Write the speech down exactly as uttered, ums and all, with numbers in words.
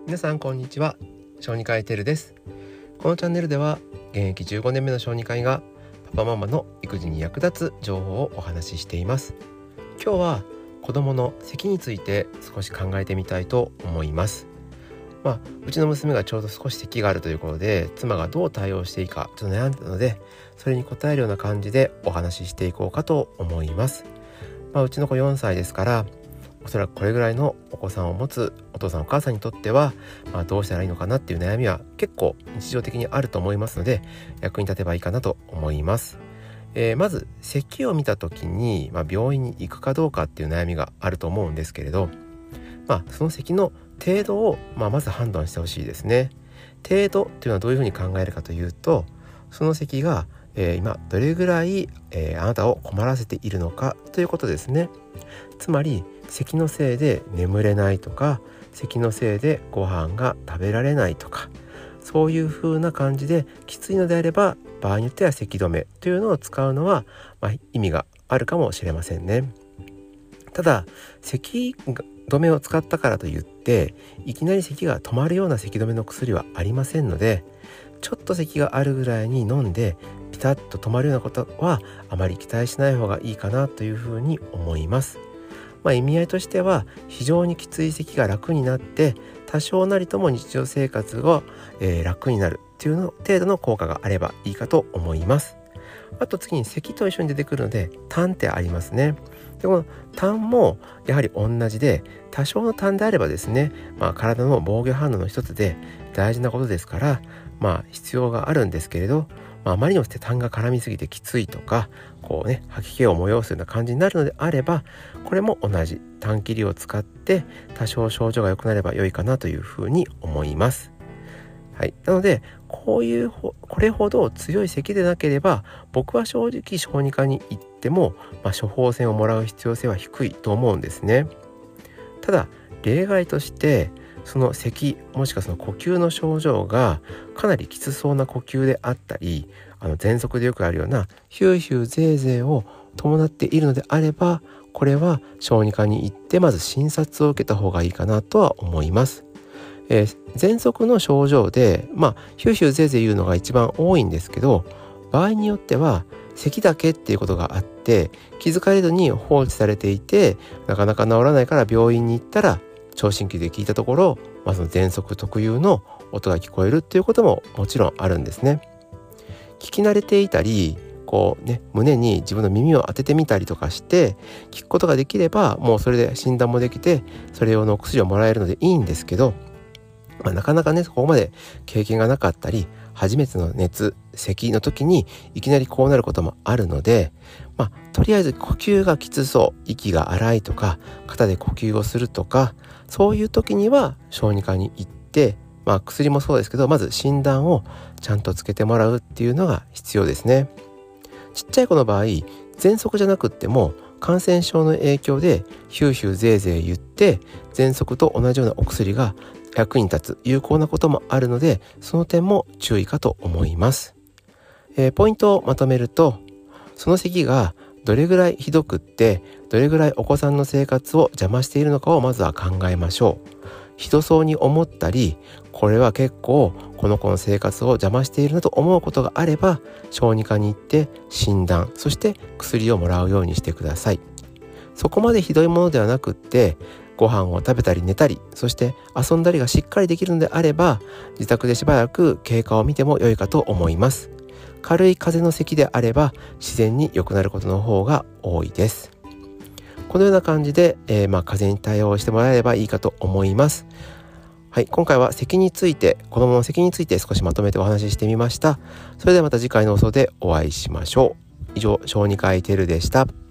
皆さんこんにちは。小児科医テルです。このチャンネルでは現役じゅうごねんめの小児科医がパパママの育児に役立つ情報をお話ししています。今日は子どもの咳について少し考えてみたいと思います。まあ、うちの娘がちょうど少し咳があるということで、妻がどう対応していいかちょっと悩んでたので、それに応えるような感じでお話ししていこうかと思います。まあ、うちの子よんさいですから、おそらくこれぐらいのお子さんを持つお父さんお母さんにとっては、まあ、どうしたらいいのかなっていう悩みは結構日常的にあると思いますので、役に立てばいいかなと思います。えー、まず咳を見た時に、まあ、病院に行くかどうかっていう悩みがあると思うんですけれど、まあ、その咳の程度を、まあ、まず判断してほしいですね。程度っていうのはどういうふうに考えるかというと、その咳が、えー、今どれぐらい、えー、あなたを困らせているのかということですね。つまり咳のせいで眠れないとか、咳のせいでご飯が食べられないとか、そういう風な感じできついのであれば、場合によっては咳止めというのを使うのは、まあ、意味があるかもしれませんね。ただ咳止めを使ったからといっていきなり咳が止まるような咳止めの薬はありませんので、ちょっと咳があるぐらいに飲んでピタッと止まるようなことはあまり期待しない方がいいかなというふうに思います。まあ、意味合いとしては非常にきつい咳が楽になって多少なりとも日常生活が、えー、楽になるっていうの程度の効果があればいいかと思います。あと次に咳と一緒に出てくるので痰ってありますね。でこの痰もやはり同じで、多少の痰であればですね、まあ、体の防御反応の一つで大事なことですから、まあ、必要があるんですけれど、まあ、あまりにも痰が絡みすぎてきついとか、こうね吐き気を催すような感じになるのであれば、これも同じ痰切りを使って多少症状が良くなれば良いかなというふうに思います。はい、なのでこういうこれほど強い咳でなければ、僕は正直小児科に行っても、まあ、処方箋をもらう必要性は低いと思うんですね。ただ例外として、その咳もしくはその呼吸の症状がかなりきつそうな呼吸であったり、あの喘息でよくあるようなヒューヒューゼーゼーを伴っているのであれば、これは小児科に行ってまず診察を受けた方がいいかなとは思います。えー、喘息の症状で、まあ、ヒューヒューゼーゼー言うのが一番多いんですけど、場合によっては咳だけっていうことがあって気づかれずに放置されていて、なかなか治らないから病院に行ったら聴診器で聞いたところ、まあ、その喘息特有の音が聞こえるっていうことももちろんあるんですね。聞き慣れていたり、こうね、胸に自分の耳を当ててみたりとかして聞くことができれば、もうそれで診断もできてそれ用のお薬をもらえるのでいいんですけど、まあ、なかなかねそこまで経験がなかったり、初めての熱咳の時にいきなりこうなることもあるので、まあ、とりあえず呼吸がきつそう、息が荒いとか、肩で呼吸をするとか、そういう時には小児科に行って、まあ、薬もそうですけど、まず診断をちゃんとつけてもらうっていうのが必要ですね。ちっちゃい子の場合喘息じゃなくっても感染症の影響でヒューヒューゼーゼー言って喘息と同じようなお薬が役に立つ有効なこともあるので、その点も注意かと思います。えー、ポイントをまとめると、その咳がどれぐらいひどくってどれぐらいお子さんの生活を邪魔しているのかをまずは考えましょう。ひどそうに思ったり、これは結構この子の生活を邪魔しているなと思うことがあれば、小児科に行って診断、そして薬をもらうようにしてください。そこまでひどいものではなくって、ご飯を食べたり寝たり、そして遊んだりがしっかりできるのであれば、自宅でしばらく経過を見ても良いかと思います。軽い風邪の咳であれば自然に良くなることの方が多いです。このような感じで、えー、まあ風邪に対応してもらえればいいかと思います。はい、今回は咳について、子どもの咳について少しまとめてお話ししてみました。それではまた次回の放送でお会いしましょう。以上、小児科医テルでした。